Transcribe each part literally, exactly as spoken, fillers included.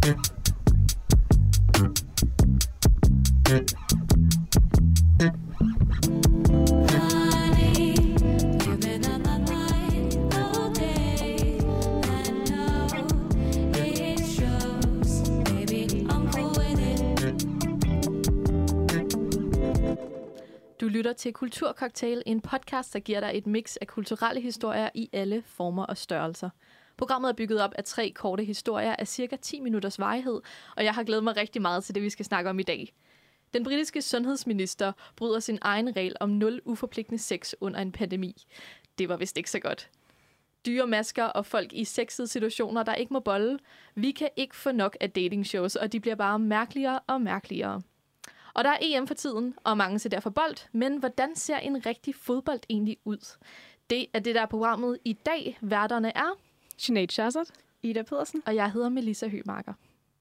Du lytter til Kulturcocktail, en podcast, der giver dig et mix af kulturelle historier i alle former og størrelser. Programmet er bygget op af tre korte historier af cirka ti minutters varighed, og jeg har glædet mig rigtig meget til det, vi skal snakke om i dag. Den britiske sundhedsminister bryder sin egen regel om nul uforpligtende sex under en pandemi. Det var vist ikke så godt. Dyre masker og folk i sexede situationer, der ikke må bolle. Vi kan ikke få nok af datingshows, og de bliver bare mærkeligere og mærkeligere. Og der er E M for tiden, og mange ser derfor bold. Men hvordan ser en rigtig fodbold egentlig ud? Det er det, der er programmet i dag. Værterne er Sinead Shazard, Ida Pedersen, og jeg hedder Melissa Hømarker.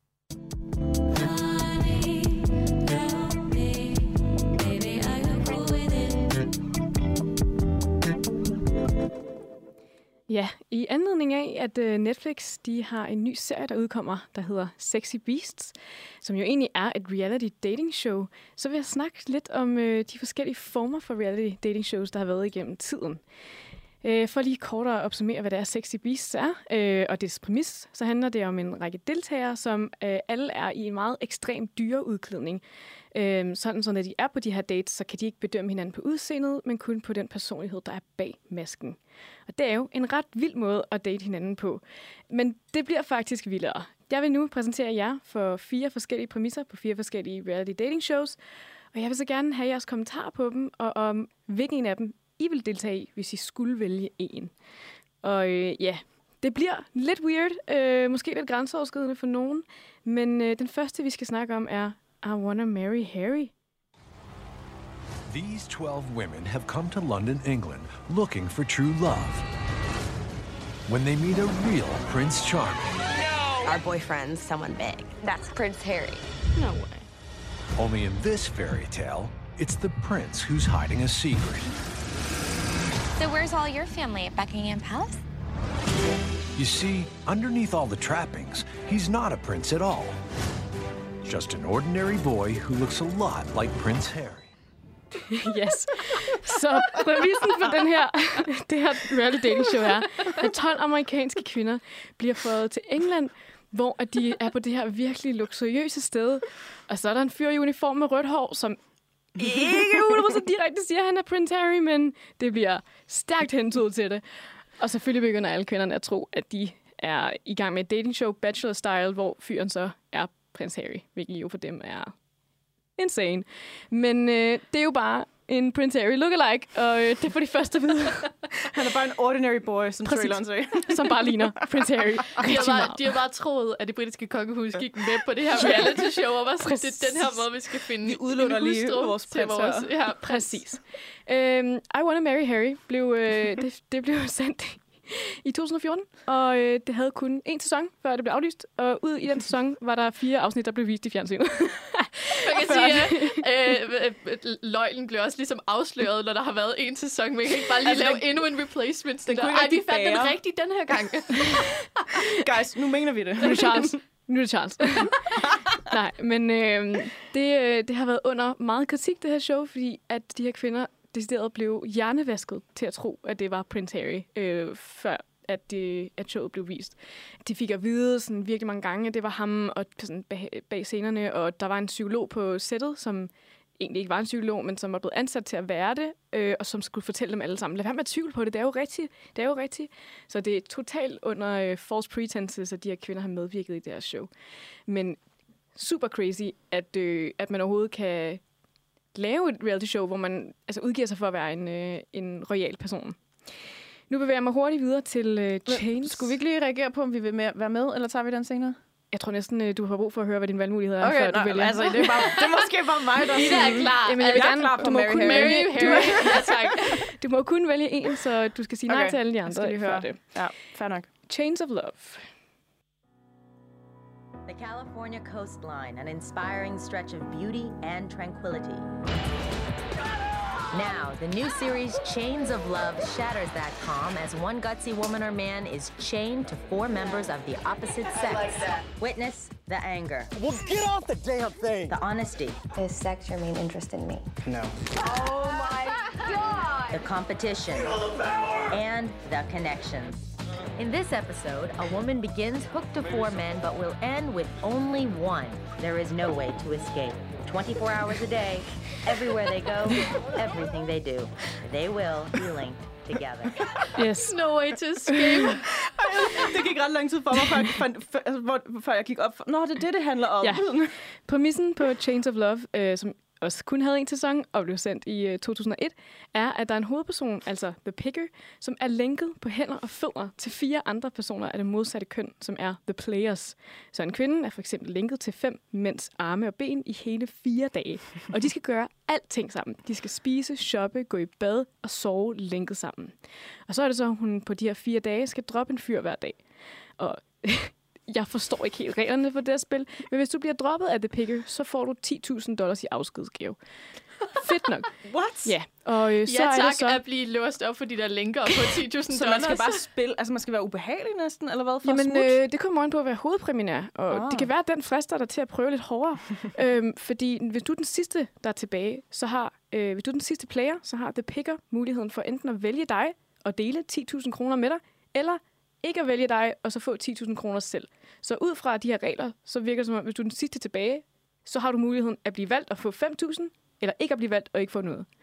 Ja, i anledning af, at uh, Netflix de har en ny serie, der udkommer, der hedder Sexy Beasts, som jo egentlig er et reality dating show, så vil jeg snakke lidt om uh, de forskellige former for reality dating shows, der har været igennem tiden. Uh, for lige kort at opsummere, hvad det er Sexy Beasts er, uh, og dets præmis, så handler det om en række deltagere, som uh, alle er i en meget ekstrem dyreudklædning. Uh, sådan, så når de er på de her dates, så kan de ikke bedømme hinanden på udseendet, men kun på den personlighed, der er bag masken. Og det er jo en ret vild måde at date hinanden på. Men det bliver faktisk vildere. Jeg vil nu præsentere jer for fire forskellige præmisser på fire forskellige reality dating shows. Og jeg vil så gerne have jeres kommentarer på dem, og om hvilken af dem I vil deltage i, hvis I skulle vælge en. Og øh, ja, det bliver lidt weird, øh, måske lidt grænseoverskridende for nogen. Men øh, den første, vi skal snakke om, er I Wanna Marry Harry. These twelve women have come to London, England, looking for true love. When they meet a real Prince Charming. No! Our boyfriend's someone big. That's Prince Harry. No way. Only in this fairy tale, it's the prince who's hiding a secret. So where's all your family at Buckingham Palace? You see, underneath all the trappings, he's not a prince at all. Just an ordinary boy who looks a lot like Prince Harry. Yes. Så præmissen for den her, det her reality dating show er, at tolv amerikanske kvinder bliver fået til England, hvor at de er på det her virkelig luksuriøse sted. Og så er der en fyr i uniform med rødt hår, som ikke hundrede procent direkte siger, at han er Prince Harry, men det bliver stærkt hentydet til det. Og selvfølgelig begynder alle kvinderne at tro, at de er i gang med et dating show, Bachelor Style, hvor fyren så er Prince Harry, hvilket jo for dem er insane. Men øh, det er jo bare en Prince Harry lookalike, og øh, det er for de første at vide. Han er bare en ordinary boy, som traileren sagde. Som bare ligner Prince Harry. De har, bare, de har bare troet, at det britiske kongehus gik med på det her reality show, og var sådan, det er den her måde, vi skal finde vi udlåner en lige hustru vores til vores... Ja, præcis. Um, I Wanna Marry Harry blev, øh, det, det blev sendt i to tusind og fjorten, og øh, det havde kun én sæson, før det blev aflyst. Og ud i den sæson var der fire afsnit, der blev vist i fjernsynet. Man kan sige, at øh, løgnen blev også ligesom afsløret, når der har været en sæson. Man kan ikke bare lige altså, lave endnu en replacement. Den Ej, vi fandt den rigtig den her gang. Guys, nu mener vi det. Nu er det Charles. Nu er det Charles. Nej, men øh, det, det har været under meget kritik, det her show, fordi at de her kvinder decideret blev hjernevasket til at tro, at det var Prince Harry, øh, før at, det, at showet blev vist. De fik at vide sådan, virkelig mange gange, at det var ham og, sådan, bag, bag scenerne, og der var en psykolog på sættet, som egentlig ikke var en psykolog, men som var blevet ansat til at være det, øh, og som skulle fortælle dem alle sammen. Lad være med at tvivle på det, det er jo rigtigt. Det er jo rigtigt. Så det er totalt under øh, false pretenses, at de her kvinder har medvirket i deres show. Men super crazy, at, øh, at man overhovedet kan lave et reality show, hvor man altså, udgiver sig for at være en, øh, en royal person. Nu bevæger jeg mig hurtigt videre til øh, Chains. Skulle vi ikke lige reagere på, om vi vil med, være med, eller tager vi den senere? Jeg tror næsten, øh, du har brug for at høre, hvad dine valgmuligheder er, okay, før nej, du vælger. Altså, det, er bare, det er måske bare mig, der Ida er klar. Jamen, jeg, vil jeg gerne, er klar på du må Mary kun Harry. vælge, Mary Harry. Ja, tak. Du må kun vælge en, så du skal sige nej okay. til alle de andre. Jeg skal lige høre det. Ja, fair nok. Chains of Love. The California coastline, an inspiring stretch of beauty and tranquility. Now, the new series Chains of Love shatters that calm as one gutsy woman or man is chained to four members of the opposite sex. I like that. Witness the anger. Well, get off the damn thing. The honesty. Is sex your main interest in me? No. Oh my God! The competition. And the connections. In this episode, a woman begins hooked to four men but will end with only one. There is no way to escape. twenty-four hours a day, everywhere they go, everything they do. They will be linked together. Yes. No way to escape. Det gik ret lang tid for mig, før jeg, fandt, før, altså, hvor, før jeg gik op for, nå, det er det, det handler om. Ja. Præmissen på Chains of Love, øh, som også kun havde en sæson og blev sendt i øh, to tusind og et, er, at der er en hovedperson, altså The Picker, som er lænket på hænder og fødder til fire andre personer af det modsatte køn, som er The Players. Så en kvinde er for eksempel lænket til fem mænds arme og ben i hele fire dage. Og de skal gøre alting sammen. De skal spise, shoppe, gå i bad og sove lænket sammen. Og så er det så, at hun på de her fire dage skal droppe en fyr hver dag. Og jeg forstår ikke helt reglerne for det her spil, men hvis du bliver droppet af The Picker, så får du ti tusind dollars i afskedsgave. Fedt nok. What? Ja, og øh, så ja, tak er det så at blive låst op for de der linker på ti tusind Så dollars. man skal bare spille, altså man skal være ubehagelig næsten, eller hvad, for Jamen, at øh, det kommer an på at være hovedpræmiær, og Ah. det kan være, at den frister dig til at prøve lidt hårdere. øhm, fordi hvis du er den sidste, der er tilbage, så har, øh, hvis du er den sidste player, så har The Picker muligheden for enten at vælge dig og dele ti tusind kroner med dig, eller ikke at vælge dig, og så få ti tusind kroner selv. Så ud fra de her regler, så virker det som om, hvis du er den sidste tilbage, så har du muligheden at blive valgt og få fem tusind, eller ikke at blive valgt og ikke få noget.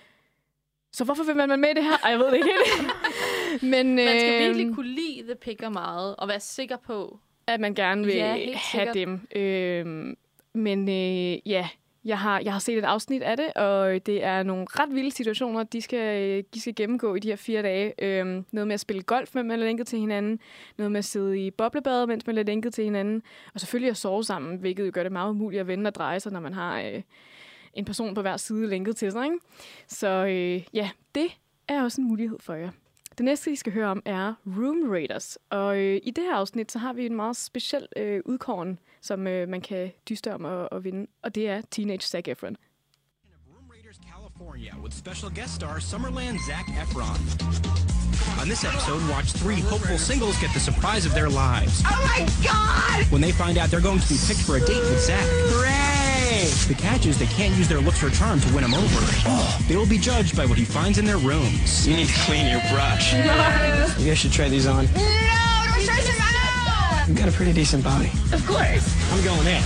Så hvorfor vil man med i det her? Ej, jeg ved det ikke helt. Men, Man skal øh, virkelig kunne lide The Picker meget, og være sikker på... at man gerne vil Ja, helt have sikkert. dem. Øhm, men øh, ja, jeg har, jeg har set et afsnit af det, og det er nogle ret vilde situationer, de skal, de skal gennemgå i de her fire dage. Øhm, noget med at spille golf, mens man er lænket til hinanden. Noget med at sidde i boblebad, mens man er lænket til hinanden. Og selvfølgelig at sove sammen, hvilket jo gør det meget umuligt at vende og dreje sig, når man har øh, en person på hver side lænket til sig. Ikke? Så øh, ja, det er også en mulighed for jer. Det næste, vi skal høre om, er Room Raiders. Og øh, i det her afsnit, så har vi en meget speciel øh, udkåren, som øh, man kan dyste om at, at vinde. Og det er Teenage Zac Efron. Room Raiders California with special guest star Summerland Zac Efron. On this episode, watch three hopeful singles get the surprise of their lives. Oh my God! When they find out they're going to be picked for a date with Zac. Hooray! The catch is they can't use their looks or charm to win him over. They will be judged by what he finds in their rooms. You need to clean your brush. You guys should try these on. No, don't try some out! You've got a pretty decent body. Of course. I'm going in.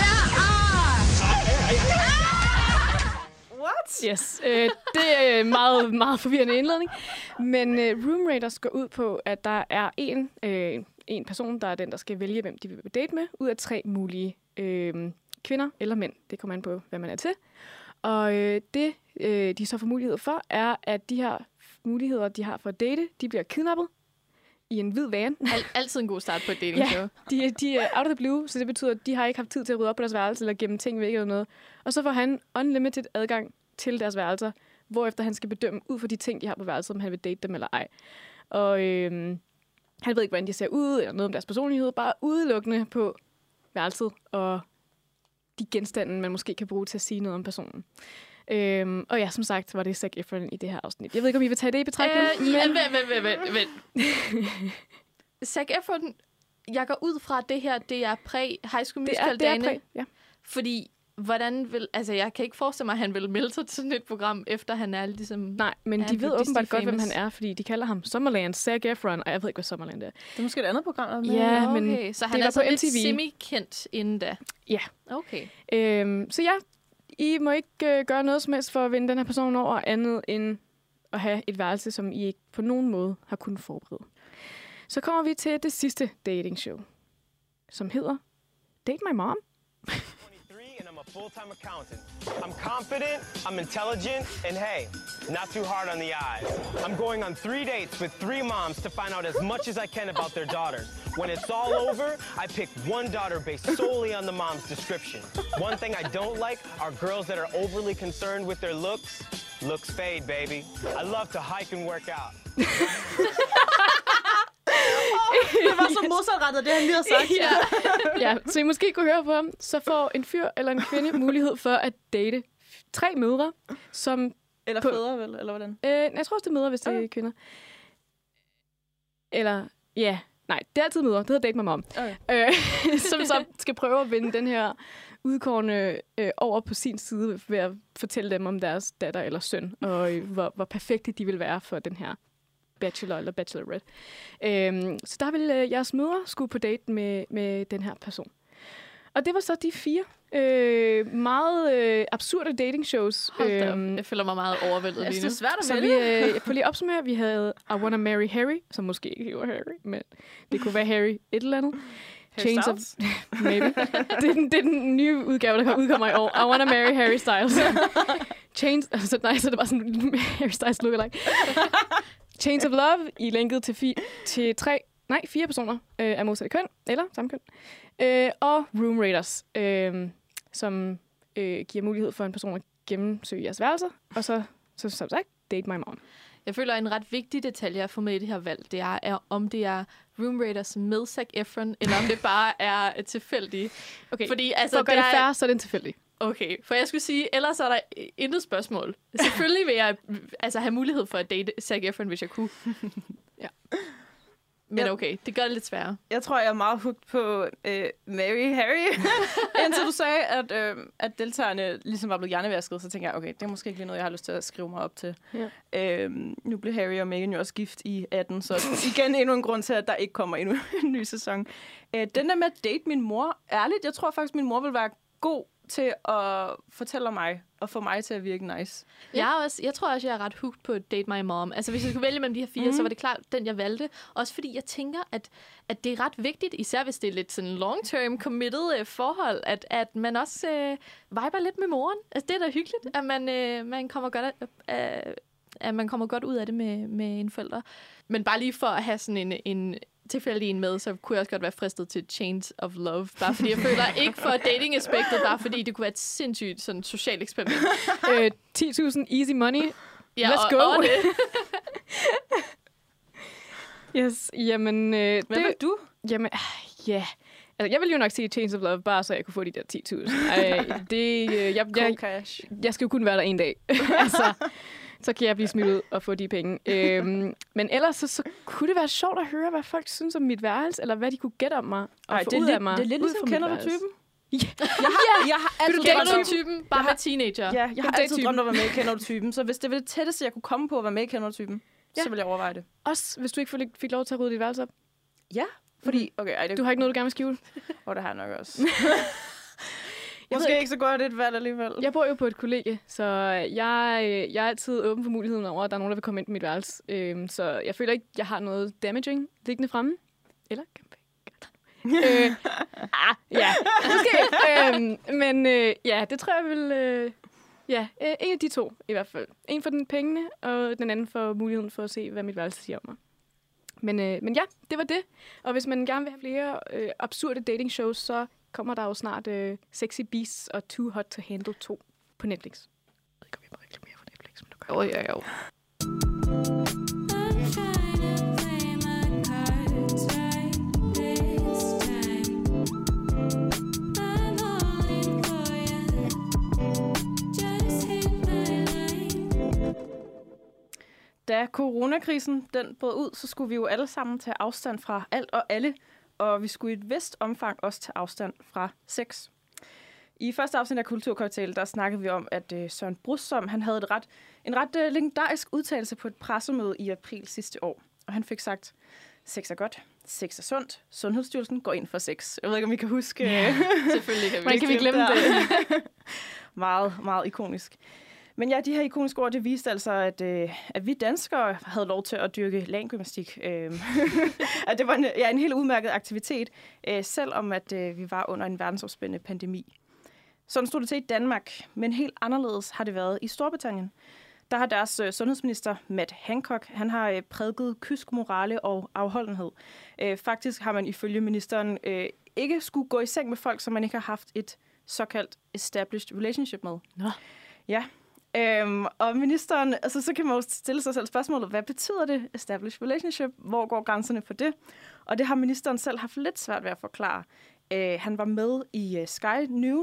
What? Yes, øh, det er en meget, meget forvirrende indledning. Men øh, Room Raiders går ud på, at der er en, øh, en person, der er den, der skal vælge, hvem de vil date med, ud af tre mulige øh, kvinder eller mænd. Det kommer an på, hvad man er til. Og øh, det, øh, de så får mulighed for, er, at de her muligheder, de har for at date, de bliver kidnappet i en hvid van. Al- altid en god start på et dating show. Ja, de, de er out of the blue, så det betyder, at de har ikke haft tid til at rydde op på deres værelse eller gemme ting væk eller noget. Og så får han unlimited adgang til deres værelser, hvorefter han skal bedømme ud fra de ting, de har på værelset, om han vil date dem eller ej. Og øh, han ved ikke, hvordan de ser ud, eller noget om deres personlighed, bare udelukkende på værelset og de genstande, man måske kan bruge til at sige noget om personen. Øhm, og ja, som sagt, var det Zac Efron i det her afsnit. Jeg ved ikke, om I vil tage det i betragtning. Øh, ja, vent, vent, vent, vent, vent. Zac Efron, jeg går ud fra, at det her, det er præ-High School Det er, det er Musical-dagene. præ, ja. Fordi, hvordan vil... Altså, jeg kan ikke forestille mig, at han vil melde sig til sådan et program, efter han er ligesom... Nej, men er de ved blevet åbenbart godt, hvem Disney-famous. han er, fordi de kalder ham Summerland Zac Efron, og jeg ved ikke, hvad Summerland er. Det er måske et andet program, der er med. Ja, Okay, men så det han var er så på lidt M T V. semi-kendt inden da. Ja. Okay. Øhm, så ja, I må ikke øh, gøre noget som helst for at vinde den her person over, andet end at have et værelse, som I ikke på nogen måde har kunnet forberede. Så kommer vi til det sidste dating show, som hedder Date My Mom. twenty-three and I'm a full-time accountant. I'm confident, I'm intelligent, and hey, not too hard on the eyes. I'm going on three dates with three moms to find out as much as I can about their daughters. When it's all over, I pick one daughter based solely on the mom's description. One thing I don't like are girls that are overly concerned with their looks. Looks fade, baby. I love to hike and work out. Det var så modsatrettet, det han lige har sagt. ja. ja, så I måske kunne høre på ham, så får en fyr eller en kvinde mulighed for at date tre mødre, som Eller på, fædre, vel? Eller hvordan? Øh, jeg tror også, det er mødre, hvis det okay. er kvinder. Eller, ja, nej, det er altid mødre. Det hedder Date My Mom. Okay. Øh, som så skal prøve at vinde den her udkårne øh, over på sin side ved at fortælle dem om deres datter eller søn, og øh, hvor, hvor perfekte de vil være for den her bachelor eller bachelorette. Øhm, så der vil øh, jeres mødre skulle på date med, med den her person. Og det var så de fire øh, meget øh, absurde dating shows. Øhm, jeg føler mig meget overvældet lige nu. Det er svært at så vælge. vi, øh, jeg får lige opsummere, vi havde I Wanna Marry Harry, som måske ikke var Harry, men det kunne være Harry et eller andet. Chains of... Maybe. Det er, den, det er den nye udgave, der udkommer i år. I Wanna Marry Harry Styles. Chains... Altså, nej, så det var sådan Harry Styles lookalike. Chains of Love, I linket til, fi- til tre, nej, fire personer øh, af modsatte køn, eller samme køn. Øh, og Room Raiders, øh, som øh, giver mulighed for en person at gennemsøge jeres værelser. Og så, så som sagt, Date My Mom. Jeg føler, en ret vigtig detalje at få med i det her valg, det er, er om det er Room Raiders med Zac Efron, eller om det bare er tilfældigt. Okay, fordi, altså, for at gøre det er... fair, så er det en tilfældig. Okay, for jeg skulle sige, ellers er der intet spørgsmål. Selvfølgelig vil jeg altså, have mulighed for at date Zac Efron, hvis jeg kunne. Ja. Men okay, det gør det lidt sværere. Jeg tror, jeg er meget hooked på øh, Mary Harry. Indtil du sagde, at, øh, at deltagerne ligesom var blevet hjernevasket, så tænkte jeg, okay, det er måske ikke lige noget, jeg har lyst til at skrive mig op til. Ja. Øhm, nu blev Harry og Meghan jo også gift i atten, så igen endnu en grund til, at der ikke kommer endnu en ny sæson. Øh, den der med at date min mor, ærligt, jeg tror faktisk, min mor vil være god til at fortælle mig og få mig til at virke nice. Jeg, er også, jeg tror også, jeg er ret hooked på Date My Mom. Altså, hvis jeg skulle vælge mellem de her fire, mm. så var det klart den, jeg valgte. Også fordi jeg tænker, at, at det er ret vigtigt, især hvis det er lidt sådan long-term committed uh, forhold, at, at man også uh, viber lidt med moren. Altså, det er da hyggeligt, at man, uh, man kommer godt af, uh, at man kommer godt ud af det med, med en forælder. Men bare lige for at have sådan en, en tilfældig en med, så kunne jeg også godt være fristet til Chains of Love. Bare fordi jeg føler ikke for dating-aspektet, bare fordi det kunne være et sindssygt sådan, socialt eksperiment. øh, ti tusind easy money. Ja, let's og, go. Og det. Yes, jamen... Øh, Hvad det, vil du? Jamen, ja... Yeah. Altså, jeg vil jo nok sige Chains of Love, bare så jeg kunne få de der ti tusind. Ej, det... Øh, jeg, jeg, jeg, jeg skal jo kun være der en dag. Altså... så kan jeg blive smidt ud og få de penge. Øhm, men ellers så, så kunne det være sjovt at høre, hvad folk synes om mit værelse, eller hvad de kunne gætte om mig, og Ej, få ud li- af mig. det er lidt ligesom, kender du typen? Ja. Jeg har, jeg har altid kender du typen, bare med teenager. Ja, jeg har altid drømt om at være med i Kender du typen, så hvis det var det tætteste, jeg kunne komme på at være med i Kender du typen, ja. så ville jeg overveje det. Også hvis du ikke fik, fik lov til at rydde dit værelse op? Ja, fordi... Okay, ej, det... Du har ikke noget, du gerne vil skjule? Åh, oh, det har jeg nok også. Måske ikke så godt et valg alligevel. Jeg bor jo på et kollegie, så jeg, jeg er altid åben for muligheden over, at der er nogen, der vil komme ind på mit værelse. Øhm, så jeg føler ikke, jeg har noget damaging liggende fremme. Eller? øh, ah, ja, måske. øhm, men øh, ja, det tror jeg vil... Øh, ja, øh, en af de to i hvert fald. En for den pengene, og den anden for muligheden for at se, hvad mit værelse siger om mig. Men, øh, men ja, det var det. Og hvis man gerne vil have flere øh, absurde dating shows, så kommer der jo snart uh, Sexy Beasts og Too Hot to Handle to på Netflix. Jeg ved ikke, om jeg må reklamere for Netflix, men du gør jo, jo, jo. Da coronakrisen den brød ud, så skulle vi jo alle sammen tage afstand fra alt og alle, og vi skulle i et vist omfang også tage afstand fra sex. I første afsnit af Kulturcocktail, der snakkede vi om, at øh, Søren Brussom, han havde et ret, en ret øh, legendarisk udtalelse på et pressemøde i april sidste år. Og han fik sagt, sex er godt, sex er sundt, Sundhedsstyrelsen går ind for sex. Jeg ved ikke, om I kan huske. Ja, selvfølgelig kan vi. Hvordan kan vi glemme det? meget, meget ikonisk. Men ja, de her ikoniske ord, det viste altså, at, øh, at vi danskere havde lov til at dyrke langymnastik. Øh, at det var en, ja, en helt udmærket aktivitet, øh, selvom at øh, vi var under en verdensomspændende pandemi. Sådan stod det til i Danmark, men helt anderledes har det været i Storbritannien. Der har deres øh, sundhedsminister, Matt Hancock, han har øh, prædiket kysk morale og afholdenhed. Øh, faktisk har man ifølge ministeren øh, ikke skulle gå i seng med folk, som man ikke har haft et såkaldt established relationship med. Nå. Ja. Øhm, og ministeren, altså så kan man jo stille sig selv spørgsmålet, hvad betyder det, established relationship? Hvor går grænserne for det? Og det har ministeren selv haft lidt svært ved at forklare. Øh, han var med i uh, Sky News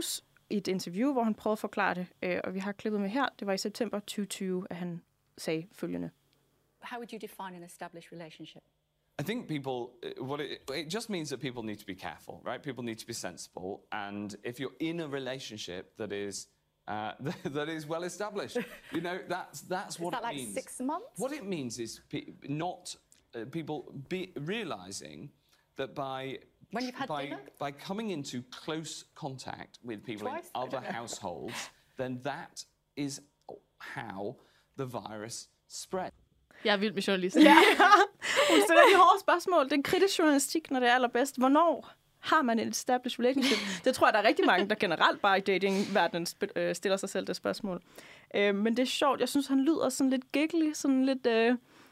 i et interview, hvor han prøvede at forklare det, øh, og vi har klippet med her. Det var i september tyve tyve, at han sagde følgende. How would you define an established relationship? I think people, what it, it just means that people need to be careful, right? People need to be sensible. And if you're in a relationship that is uh, that is well established, you know, that's that's what is that it like means. Six months? What it means is pe- not uh, people be realizing that by when you've had by, dinner? by coming into close contact with people Twice? in other households, then that is how the virus spread. Jeg er vild med journalisten. Ja, hun stiller de hårde spørgsmål. Det er kritisk journalistik, når det er allerbedst. Hvornår har man et established relationship? Det tror jeg, der er rigtig mange, der generelt bare i datingverdenen stiller sig selv det spørgsmål. Øh, men det er sjovt. Jeg synes, han lyder sådan lidt giggly, sådan lidt... Øh,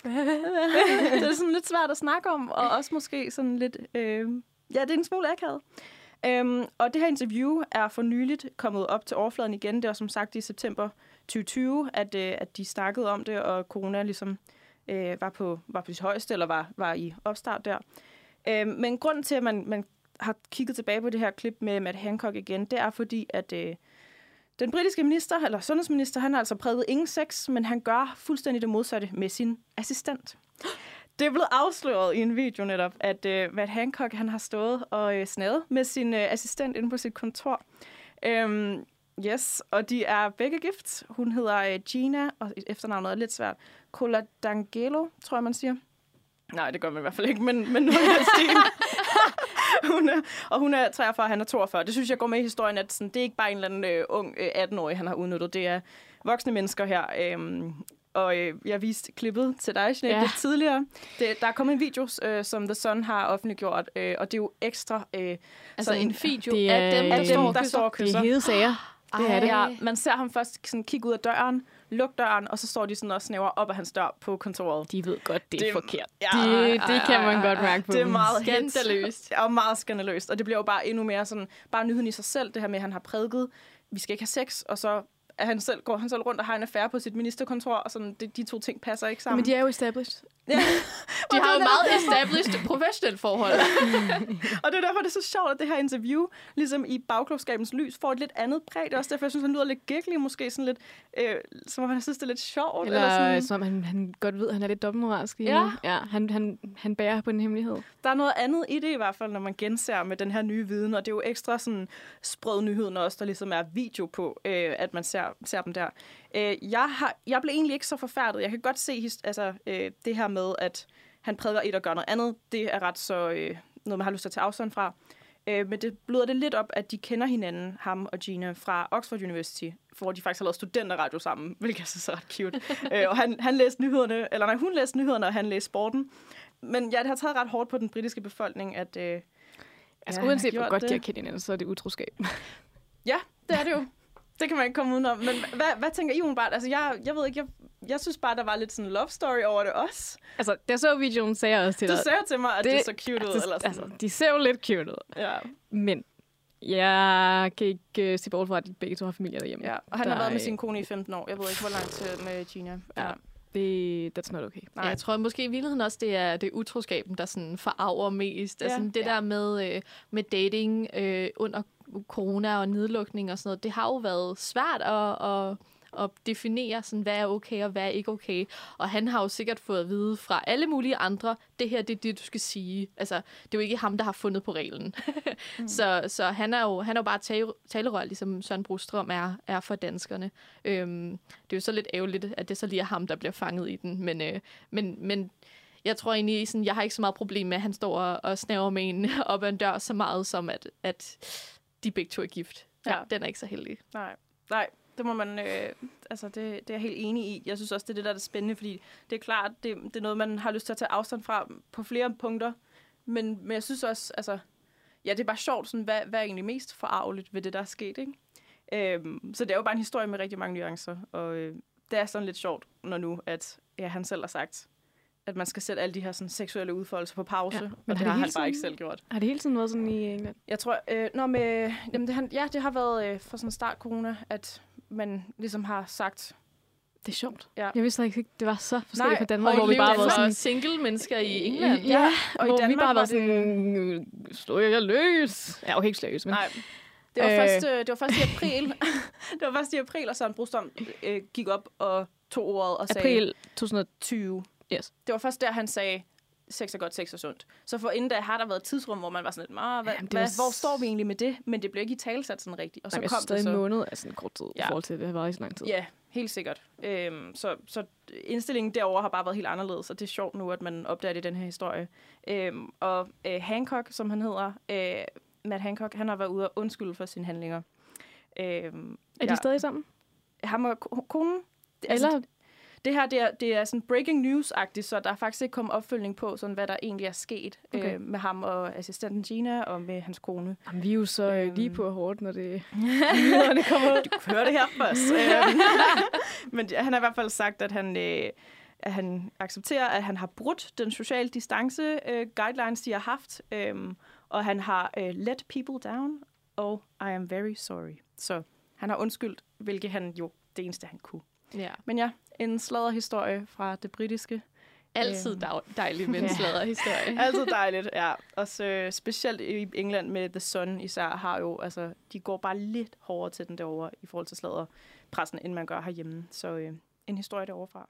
det er sådan lidt svært at snakke om, og også måske sådan lidt... Øh, ja, det er en smule akavet. Øhm, og det her interview er for nyligt kommet op til overfladen igen. Det var som sagt i september tyve tyve, at, øh, at de snakkede om det, og corona ligesom øh, var, på, var på sit højeste, eller var, var i opstart der. Øhm, men grunden til, at man, man har kigget tilbage på det her klip med Matt Hancock igen, det er fordi, at øh, den britiske minister, eller sundhedsminister, han har altså prædiket ingen sex, men han gør fuldstændig det modsatte med sin assistent. Det er blevet afsløret i en video netop, at øh, Matt Hancock han har stået og øh, snadet med sin øh, assistent inde på sit kontor. Øhm, yes, og de er begge gift. Hun hedder øh, Gina, og efternavnet er lidt svært. Coladangelo, tror jeg, man siger. Nej, det gør man i hvert fald ikke, men, men noget af stilen. hun er, og hun er treogfyrre, og han er toogfyrre. Det synes jeg går med i historien, at sådan, det er ikke bare en eller anden øh, ung øh, atten-årig, han har udnyttet. Det er voksne mennesker her. Øhm, Og øh, jeg viste klippet til dig, Jeanette, ja. lidt tidligere. Det, der er kommet en video, øh, som The Sun har offentliggjort, øh, og det er jo ekstra... Øh, altså en video det er, af dem, der, øh, står, der står og kysser. Det er hede sager. Det er det. Ja, man ser ham først sådan kigge ud af døren, lukke døren, og så står de sådan og snæver op af hans dør på kontoret. De ved godt, det er det, forkert. Ja, det, det kan man godt mærke på. Det er meget skandaløst. Og meget skandaløst. Og det bliver jo bare endnu mere sådan, bare nyheden i sig selv, det her med, at han har prædiket, vi skal ikke have sex, og så at han selv går han selv rundt og har en affære på sit ministerkontor, og sådan, det, de to ting passer ikke sammen. Men de er jo established. Ja. De har jo meget established professionelt forhold. Og det er derfor, det er så sjovt, at det her interview, ligesom i bagklogskabens lys, får et lidt andet præg. Det er også derfor, jeg synes, han lyder lidt giggly, måske sådan lidt, øh, som om han synes, det er lidt sjovt. Eller, eller sådan. som han, han godt ved, at han er lidt dobbeltmoralsk. Ja. ja han, han, han bærer på en hemmelighed. Der er noget andet i det i hvert fald, når man genser med den her nye viden, og det er jo ekstra sådan sprød nyheden også, der ligesom er video på, øh, at man ser, ser dem der. Øh, jeg, har, jeg blev egentlig ikke så forfærdet. Jeg kan godt se altså, øh, det her med, at han prædiker et og gør noget andet. Det er ret så øh, noget, man har lyst til at tage afstand fra. Øh, men det bløder det lidt op, at de kender hinanden, ham og Gina, fra Oxford University, hvor de faktisk har lavet studenterradio sammen, hvilket jeg synes er ret cute. øh, og han, han læste nyhederne, eller nej, hun læste nyhederne, og han læste sporten. Men ja, det har taget ret hårdt på den britiske befolkning, at øh, altså ja, uanset hvor godt det. de har kendt hinanden, så er det utroskab. Ja, det er det jo. Det kan man ikke komme udenom. Men hvad, hvad tænker I umiddelbart? Altså, jeg, jeg ved ikke, jeg, jeg synes bare, der var lidt sådan love story over det også. Altså, der så videoen, sagde jeg også til dig. Du sagde til mig, at det, det så cute ud. Altså, eller sådan. Altså, de ser jo lidt cute ud. Ja. Men jeg kan ikke uh, se bort fra, at de begge to har familier derhjemme. Ja, og han der har været med er... sin kone i femten år. Jeg ved ikke, hvor lang tid med Gina. Ja. Det, that's not okay. Nej, jeg tror måske i virkeligheden også, det er det utroskaben, der sådan forarver mest. Ja. Altså det ja. der med, øh, med dating øh, under corona og nedlukning og sådan noget, det har jo været svært at, at, at definere, sådan, hvad er okay og hvad er ikke okay. Og han har jo sikkert fået at vide fra alle mulige andre, det her det er det, du skal sige. Altså, det er jo ikke ham, der har fundet på reglen. mm. så, så han er jo, han er jo bare tale, talerør, ligesom Søren Brostrøm er, er for danskerne. Øhm, det er jo så lidt ærgerligt, at det så lige er ham, der bliver fanget i den. Men, øh, men, men jeg tror egentlig, sådan, jeg har ikke så meget problem med, at han står og, og snæver med en op ad en dør så meget, som at, at de begge to er gift. Ja, ja. Den er ikke så heldig. Nej, nej. Det må man, øh, altså det, det er jeg helt enig i. Jeg synes også, det er det, der er det spændende, fordi det er klart, det, det er noget, man har lyst til at tage afstand fra på flere punkter. Men, men jeg synes også, altså, ja, det er bare sjovt, sådan, hvad, hvad er egentlig mest forarveligt ved det, der er sket, ikke? Øhm, så det er jo bare en historie med rigtig mange nuancer, og øh, det er sådan lidt sjovt, når nu, at ja, han selv har sagt, at man skal sætte alle de her sådan, seksuelle udfoldelser på pause, ja, men og det har, det har han bare ikke selv gjort. Har det hele tiden været sådan i England? Jeg tror, øh, når med, jamen det, han, ja, det har været øh, for sådan start corona, at man ligesom har sagt... Det er sjovt. Ja. Jeg vidste ikke, det var så forskelligt Nej, fra Danmark, hvor vi bare var sådan... single mennesker i England. Ja, ja, og hvor i Danmark vi bare var var sådan... Slå jeg løs. Ja, okay, ikke løs, men... Nej. Det var, øh. først, øh, det var først i april. det var først i april, og Søren Brostrøm øh, gik op og tog ordet og sagde... April tyve tyve. Yes. Det var først der, han sagde, sex er godt, sex er sundt. Så for inden da har der været et tidsrum, hvor man var sådan lidt, hvad, hvad, var... hvor står vi egentlig med det? Men det blev ikke i talesat sådan rigtigt. Og så jeg kom synes, det så... en måned er sådan en kort tid ja. i forhold til, det har været i så lang tid. Ja, helt sikkert. Øhm, så, så indstillingen derover har bare været helt anderledes, og det er sjovt nu, at man opdager det i den her historie. Øhm, og øh, Hancock, som han hedder, øh, Matt Hancock, han har været ude og undskylde for sine handlinger. Øhm, er de ja. stadig sammen? Ham og konen? Det, Eller... altså, det her, det er, det er sådan breaking news-agtigt, så der er faktisk ikke kommet opfølgning på, sådan, hvad der egentlig er sket okay. øh, med ham og assistenten Gina og med hans kone. Jamen, vi er jo så øhm. lige på hårdt, når det nyhederne kommer ud. Du kan høre det her først. øhm. Men han har i hvert fald sagt, at han, øh, at han accepterer, at han har brudt den sociale distance øh, guidelines, de har haft, øh, og han har øh, let people down, og I am very sorry. Så han har undskyldt, hvilket han jo det eneste, han kunne. Ja. Men ja, en sladderhistorie fra det britiske. Altid dejligt med en sladderhistorie. Altid dejligt, ja. Og så specielt i England med The Sun især har jo, altså, de går bare lidt hårdere til den derovre i forhold til sladderpressen, end man gør herhjemme. Så øh, en historie derovre fra.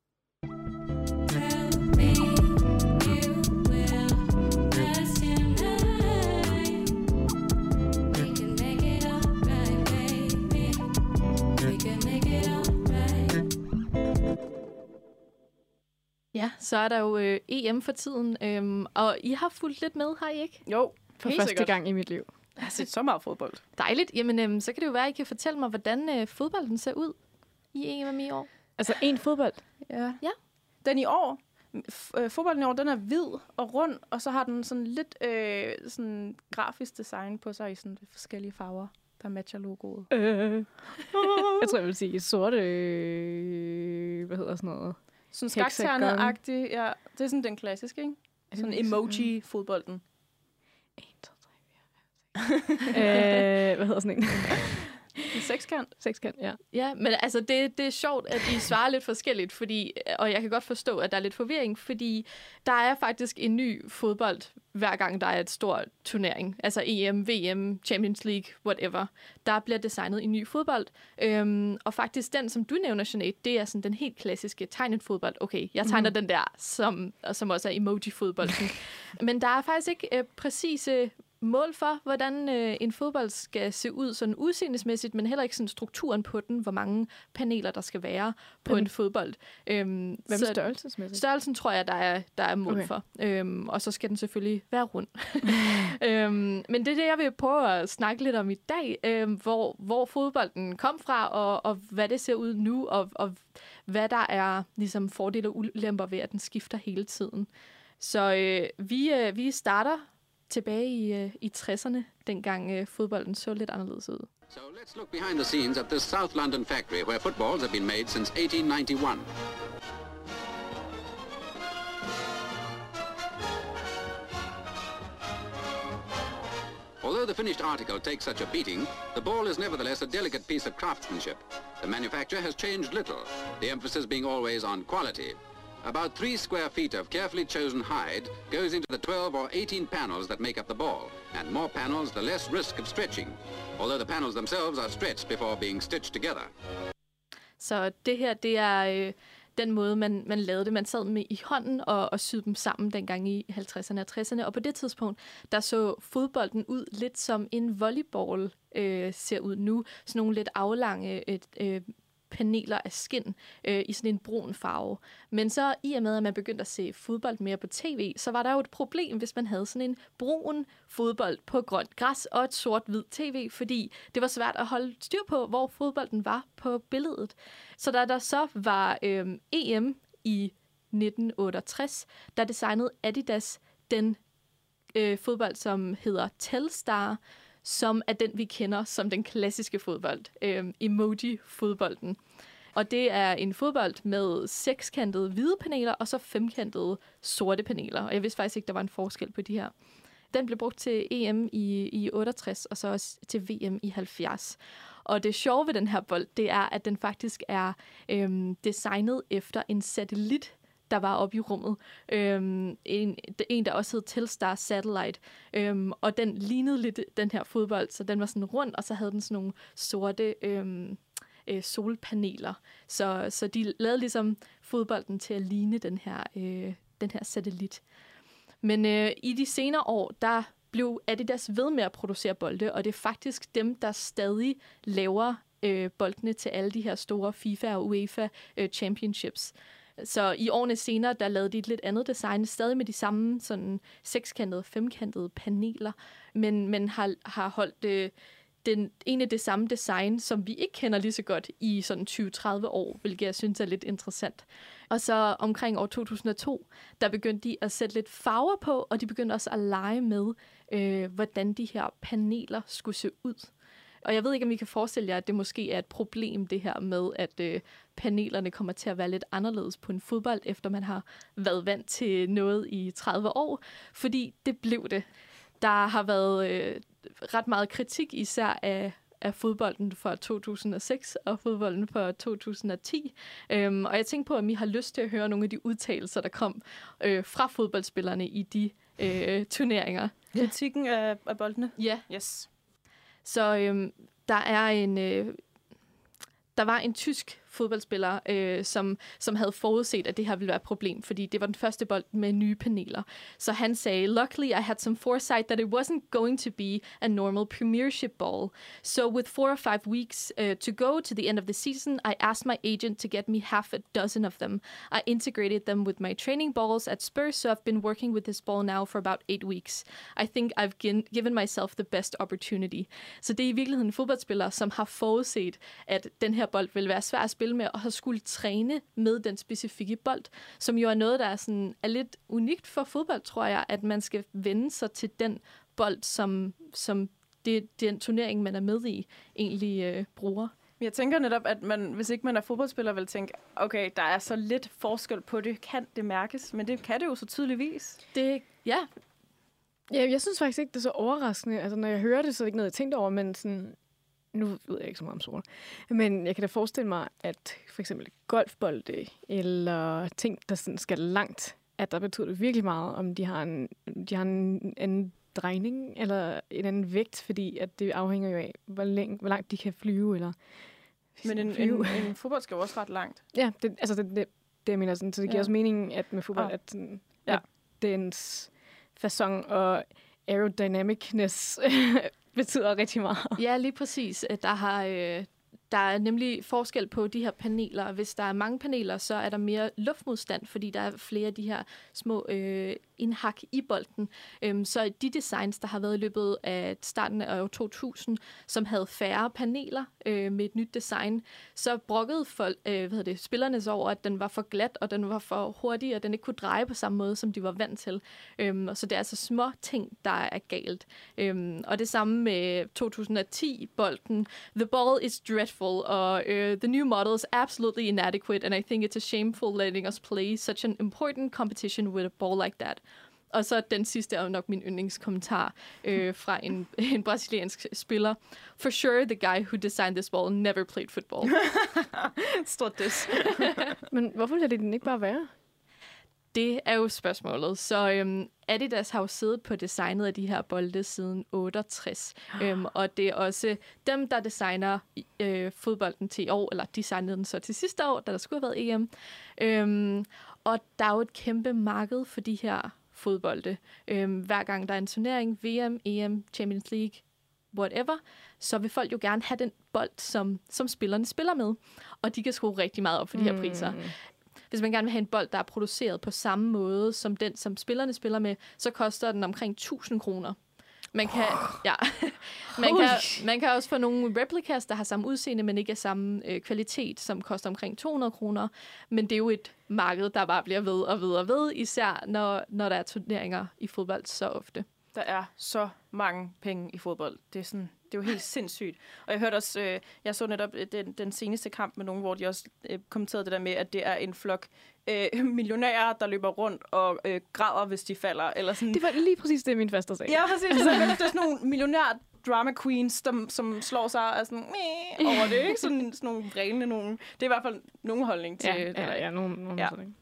Ja, så er der jo øh, E M for tiden, øhm, og I har fulgt lidt med, har I ikke? Jo, for første sikkert. gang i mit liv. Jeg har set så meget fodbold. Dejligt. Jamen, øhm, så kan det jo være, at I kan fortælle mig, hvordan øh, fodbolden ser ud i E M i år. Altså en fodbold? Ja. ja. Den i år, f- øh, fodbolden i år, den er hvid og rund, og så har den sådan lidt øh, sådan grafisk design på sig i sådan forskellige farver, der matcher logoet. Øh. Jeg tror, jeg vil sige sorte, øh, hvad hedder sådan noget? Sådan skakternet-agtig, ja. Det er sådan den klassiske, ikke? Sådan emoji-fodbolden. en, to, tre, fire, fem, seks. øh, hvad hedder sådan en? En sekskant? Sekskant, ja. Ja, men altså, det, det er sjovt, at de svarer lidt forskelligt, fordi, og jeg kan godt forstå, at der er lidt forvirring, fordi der er faktisk en ny fodbold, hver gang der er et stort turnering. Altså E M, V M, Champions League, whatever. Der bliver designet en ny fodbold. Øhm, og faktisk den, som du nævner, Jeanette, det er sådan den helt klassiske tegnet fodbold. Okay, jeg tegner mm. den der, som, som også er emoji-fodbolden. Men der er faktisk ikke øh, præcise mål for, hvordan øh, en fodbold skal se ud sådan udseendesmæssigt, men heller ikke sådan strukturen på den, hvor mange paneler der skal være på Hvem? en fodbold. Øhm, Hvad med størrelsesmæssigt? Størrelsen tror jeg, der er, der er mål okay. for. Øhm, og så skal den selvfølgelig være rund. øhm, men det er det, jeg vil prøve at snakke lidt om i dag, øhm, hvor, hvor fodbolden kom fra, og, og hvad det ser ud nu, og, og hvad der er ligesom fordele og ulemper ved, at den skifter hele tiden. Så øh, vi, øh, vi starter tilbage i, uh, i tresserne, dengang uh, fodbolden så lidt anderledes ud. So let's look behind the scenes at this South London factory where footballs have been made since eighteen ninety-one. Although the finished article takes such a beating, the ball is nevertheless a delicate piece of craftsmanship. The manufacture has changed little, the emphasis being always on quality. About three square feet of carefully chosen hide goes into the twelve or eighteen panels that make up the ball, and more panels, the less risk of stretching, although the panels themselves are stretched before being stitched together. Så det her, det er øh, den måde, man, man lavede det. Man sad med i hånden og, og syede dem sammen dengang i halvtredserne og tresserne, og på det tidspunkt, der så fodbolden ud lidt som en volleyball øh, ser ud nu. Sådan nogle lidt aflange et, øh, paneler af skin øh, i sådan en brun farve. Men så i og med, at man begyndte at se fodbold mere på tv, så var der jo et problem, hvis man havde sådan en brun fodbold på grønt græs og et sort-hvid tv, fordi det var svært at holde styr på, hvor fodbolden var på billedet. Så da der så var øh, E M i nitten otteogtres, der designede Adidas den øh, fodbold, som hedder Telstar, som er den, vi kender som den klassiske fodbold, øh, emoji-fodbolden. Og det er en fodbold med sekskantede hvide paneler, og så femkantede sorte paneler. Og jeg vidste faktisk ikke, der var en forskel på de her. Den blev brugt til E M i, i otteogtres, og så også til V M i halvfjerds. Og det sjove ved den her bold, det er, at den faktisk er øh, designet efter en satellit, der var oppe i rummet. Øhm, en, en, der også hed Telstar Satellite. Øhm, og den lignede lidt den her fodbold, så den var sådan rund, og så havde den sådan nogle sorte øhm, øh, solpaneler. Så, så de lavede ligesom fodbolden til at ligne den her, øh, den her satellit. Men øh, i de senere år, der blev Adidas ved med at producere bolde, og det er faktisk dem, der stadig laver øh, boldene til alle de her store FIFA og UEFA øh, championships. Så i årene senere, der lavede de et lidt andet design, stadig med de samme sådan sekskantede, femkantede paneler, men, men har, har holdt øh, den, egentlig det samme design, som vi ikke kender lige så godt i sådan tyve til tredive år, hvilket jeg synes er lidt interessant. Og så omkring år to tusind og to, der begyndte de at sætte lidt farver på, og de begyndte også at lege med, øh, hvordan de her paneler skulle se ud. Og jeg ved ikke, om I kan forestille jer, at det måske er et problem, det her med, at øh, panelerne kommer til at være lidt anderledes på en fodbold, efter man har været vant til noget i tredive år. Fordi det blev det. Der har været øh, ret meget kritik, især af, af fodbolden fra to tusind og seks og fodbolden fra to tusind og ti. Øhm, og jeg tænker på, om I har lyst til at høre nogle af de udtalelser, der kom øh, fra fodboldspillerne i de øh, turneringer. Kritikken af, af boldene? Ja. Yes. Så øhm, der er en, øh, der var en tysk fodboldspiller, øh, som, som havde forudset, at det her ville være et problem, fordi det var den første bold med nye paneler. Så han sagde, "Luckily I had some foresight that it wasn't going to be a normal premiership ball. So with four or five weeks uh, to go to the end of the season, I asked my agent to get me half a dozen of them. I integrated them with my training balls at Spurs, so I've been working with this ball now for about eight weeks. I think I've given, given myself the best opportunity." Så det er i virkeligheden en fodboldspiller, som har forudset, at den her bold vil være svær at spille med, og har skulle træne med den specifikke bold, som jo er noget, der er, sådan, er lidt unikt for fodbold, tror jeg, at man skal vende sig til den bold, som, som det, den turnering, man er med i, egentlig øh, bruger. Jeg tænker netop, at man, hvis ikke man er fodboldspiller, vil tænke, okay, der er så lidt forskel på det. Kan det mærkes? Men det kan det jo så tydeligvis. Det, ja. Ja, jeg synes faktisk ikke, det er så overraskende. Altså, når jeg hører det, så er det ikke noget, jeg tænkte over, men sådan, nu ved jeg ikke så meget om sport. Men jeg kan da forestille mig, at for eksempel golfbolde eller ting, der sådan skal langt, at der betyder det virkelig meget, om de har en, de har en, en drejning eller en anden vægt, fordi at det afhænger jo af, hvor, længe, hvor langt de kan flyve. Eller Men en, en, en fodbold skal jo også ret langt. Ja, det, altså det, det, det jeg mener sådan, så det giver ja. også mening, at med fodbold, oh. at, sådan, ja. at dens facon og aerodynamicness betyder rigtig meget. Ja, lige præcis. Der har... Øh Der er nemlig forskel på de her paneler. Hvis der er mange paneler, så er der mere luftmodstand, fordi der er flere af de her små øh, indhak i bolden. Øhm, så de designs, der har været i løbet af starten af år to tusind, som havde færre paneler øh, med et nyt design, så brokkede folk, øh, hvad hedder det, spillerne så over, at den var for glat, og den var for hurtig, og den ikke kunne dreje på samme måde, som de var vant til. Øhm, og så det er altså små ting, der er galt. Øhm, og det samme med to tusind og ti-bolden. The ball is dreadful. Or uh, the new model is absolutely inadequate, and I think it's a shameful letting us play such an important competition with a ball like that. Og så den sidste er jo nok min yndlingskommentar øh, fra en, en brasiliansk spiller. For sure, the guy who designed this ball never played football. Stort des. Men hvorfor lader det den ikke bare være? Det er jo spørgsmålet. Så øhm, Adidas har jo siddet på designet af de her bolde siden otteogtres. øhm, og det er også dem, der designer øh, fodbolden til i år, eller designede den så til sidste år, da der skulle have været E M. Øhm, og der er jo et kæmpe marked for de her fodbolde. Øhm, hver gang der er en turnering, V M, E M, Champions League, whatever, så vil folk jo gerne have den bold, som, som spillerne spiller med. Og de kan skrue rigtig meget op for de her priser. Mm. Hvis man gerne vil have en bold, der er produceret på samme måde som den, som spillerne spiller med, så koster den omkring tusind kroner. Man kan, oh. ja, man, kan, man kan også få nogle replicas, der har samme udseende, men ikke af samme øh, kvalitet, som koster omkring to hundrede kroner. Men det er jo et marked, der bare bliver ved og ved og ved, især når, når der er turneringer i fodbold så ofte. Der er så mange penge i fodbold. Det er sådan... Det er jo helt sindssygt. Og jeg hørte også, øh, jeg så netop den, den seneste kamp med nogen, hvor de også øh, kommenterede det der med, at det er en flok øh, millionærer, der løber rundt og øh, græder, hvis de falder. Eller sådan. Det var lige præcis det, min faster sagde. Ja, præcis. Altså. Det er sådan nogle millionær drama queens, der, som slår sig og sådan, over det, ikke? Sådan, sådan nogle vrælende nogen. Det er i hvert fald nogen holdning til ja, det. Ja, ja, nogen, nogen ja.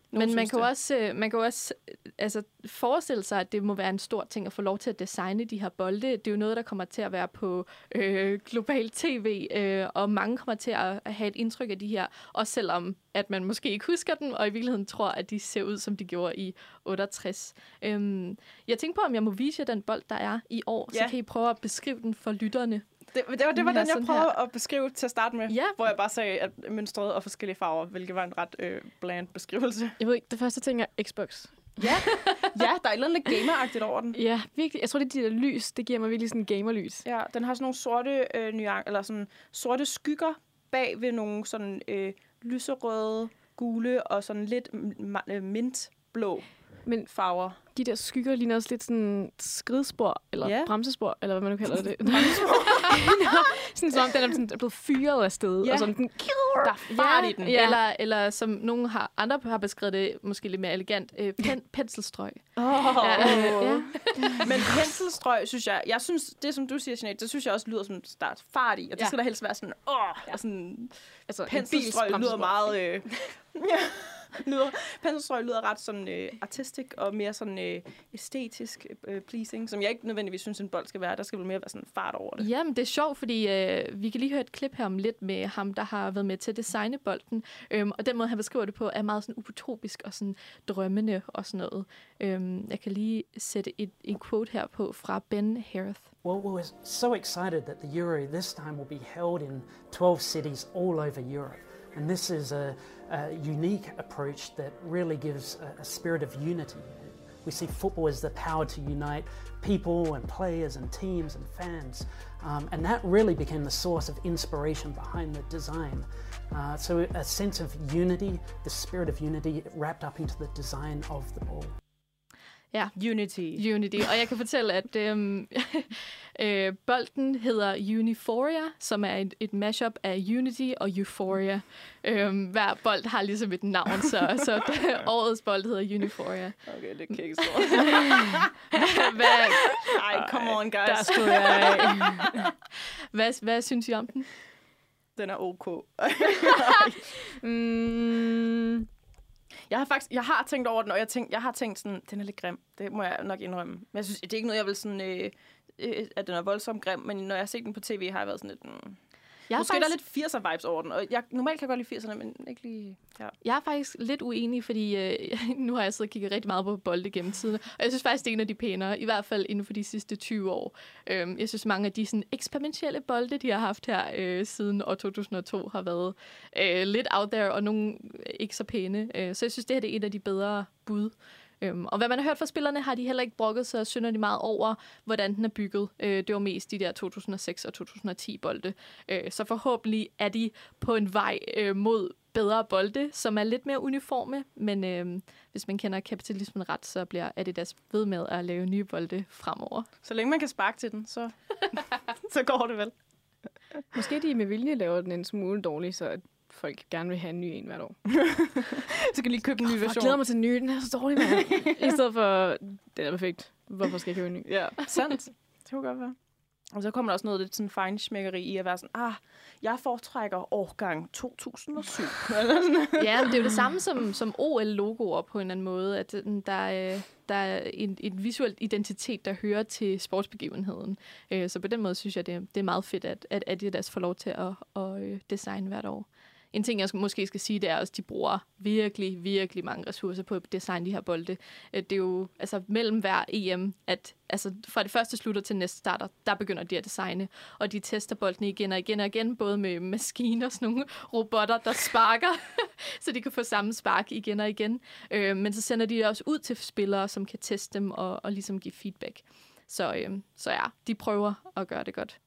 Men man kan, jo også, man kan jo også altså, forestille sig, at det må være en stor ting at få lov til at designe de her bolde. Det er jo noget, der kommer til at være på øh, global tv, øh, og mange kommer til at have et indtryk af de her, også selvom at man måske ikke husker dem, og i virkeligheden tror, at de ser ud, som de gjorde i otteogtres. Øhm, jeg tænkte på, om jeg må vise jer den bold, der er i år, ja. Så kan I prøve at beskrive den for lytterne. Det, det var, det var den, jeg prøvede her. at beskrive til at starte med, ja. Hvor jeg bare sagde, at mønstret og forskellige farver, hvilket var en ret øh, bland beskrivelse. Jeg ved ikke, det første ting er Xbox. Ja, ja, der er et eller andet gameragtigt over den. Ja, virkelig. Jeg tror, det er de der lys, det giver mig virkelig sådan en gamerlys. Ja, den har sådan nogle sorte, øh, nuan- eller sådan sorte skygger bag ved nogle sådan øh, lyserøde, gule og sådan lidt m- mintblå Men farver. De der skygger ligner også lidt sådan skridspor, eller ja. bremsespor, eller hvad man nu kalder det. Sådan som om den er sådan blevet fyret af sted. Ja. Og sådan, den, der er fart i den. Ja. Eller, eller som nogen har, andre har beskrevet det, måske lidt mere elegant, øh, pen, penselstrøg. Oh. Ja, øh, ja. Men penselstrøg, synes jeg, jeg synes, det som du siger, Jeanette, det synes jeg også lyder som start fart i. Og det ja. skal der helst være sådan, åh, ja. og sådan, altså, penselstrøg lyder meget... Øh, ja. Lyder, penselstrøg lyder ret sådan øh, artistic og mere sådan øh, æstetisk øh, pleasing, som jeg ikke nødvendigvis synes, en bold skal være. Der skal vel mere være sådan fart over det. Jamen, det er sjovt, fordi øh, vi kan lige høre et klip her om lidt med ham, der har været med til at designe bolden. Øhm, og den måde, han beskriver det på, er meget sådan utopisk og sådan drømmende og sådan noget. Øhm, jeg kan lige sætte et, en quote her på fra Ben Hareth. Well, we're so excited that the Euro this time will be held in twelve cities all over Europe. And this is a, a unique approach that really gives a, a spirit of unity. We see football as the power to unite people and players and teams and fans. Um, and that really became the source of inspiration behind the design. Uh, so a sense of unity, the spirit of unity wrapped up into the design of the ball. Ja, Unity. Unity. Og jeg kan fortælle, at øhm, øh, bolden hedder Uniforia, som er et, et mashup af Unity og Euphoria. Øhm, hver bold har ligesom et navn, så, så årets bold hedder Uniforia. Okay, det kan ikke stå. Hvad? Ej, come on, guys. Der stod jeg. hvad, hvad synes I om den? Den er ok. mm. Jeg har faktisk, jeg har tænkt over den, og jeg, tænkt, jeg har tænkt sådan, den er lidt grim. Det må jeg nok indrømme. Men jeg synes, det er ikke noget, jeg vil sådan, øh, øh, at den er voldsomt grim, men når jeg har set den på tv, har jeg været sådan lidt... Mm. Jeg Måske faktisk... der er lidt firser-vibes over den, og jeg normalt kan jeg godt lide firserne, men ikke lige... Ja. Jeg er faktisk lidt uenig, fordi øh, nu har jeg siddet og kigget rigtig meget på bolde gennem tiden, og jeg synes faktisk, det er en af de pænere, i hvert fald inden for de sidste tyve år. Øhm, jeg synes, mange af de sådan, eksperimentelle bolde, de har haft her øh, siden år to tusind og to, har været øh, lidt out there, og nogle ikke så pæne. Øh, så jeg synes, det her det er et af de bedre bud. Øhm, og hvad man har hørt fra spillerne, har de heller ikke brokket sig synderligt meget over, hvordan den er bygget. Øh, det var mest de der to tusind og seks og to tusind og ti bolde. Øh, så forhåbentlig er de på en vej øh, mod bedre bolde, som er lidt mere uniforme. Men øh, hvis man kender kapitalismen ret, så bliver Adidas ved med at lave nye bolde fremover. Så længe man kan sparke til den, så, så går det vel. Måske de med vilje laver den en smule dårlig, så at folk gerne vil have en ny en hvert år. Så kan lige købe en ny version. Jeg glæder mig til en ny. Den er så dårlig, mand. I stedet for, den er perfekt. Hvorfor skal jeg købe en ny? Ja, sandt. Det kunne godt være. Og så kommer der også noget lidt sådan feinschmeckeri i at være sådan, ah, jeg foretrækker årgang to tusind og syv. Ja, men det er jo det samme som, som O L-logoer på en eller anden måde, at der er, der er en, en visuel identitet, der hører til sportsbegivenheden. Så på den måde synes jeg, det er, det er meget fedt, at, at Adidas får lov til at, at designe hvert år. En ting, jeg måske skal sige, det er også, at de bruger virkelig, virkelig mange ressourcer på at designe de her bolde. Det er jo altså, mellem hver E M, at altså, fra det første slutter til næste starter, der begynder de at designe. Og de tester boldene igen og igen og igen, både med maskiner og sådan nogle robotter, der sparker, så de kan få samme spark igen og igen. Øh, men så sender de også ud til spillere, som kan teste dem og, og ligesom give feedback. Så, øh, så ja, de prøver at gøre det godt.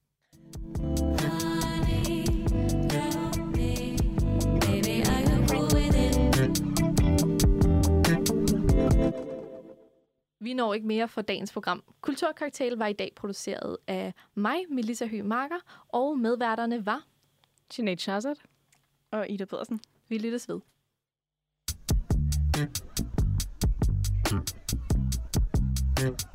Vi når ikke mere for dagens program. Kulturcocktail var i dag produceret af mig, Melissa Høgh Marker, og medværterne var Jeanette Charzat og Ida Pedersen. Vi lyttes ved. Mm.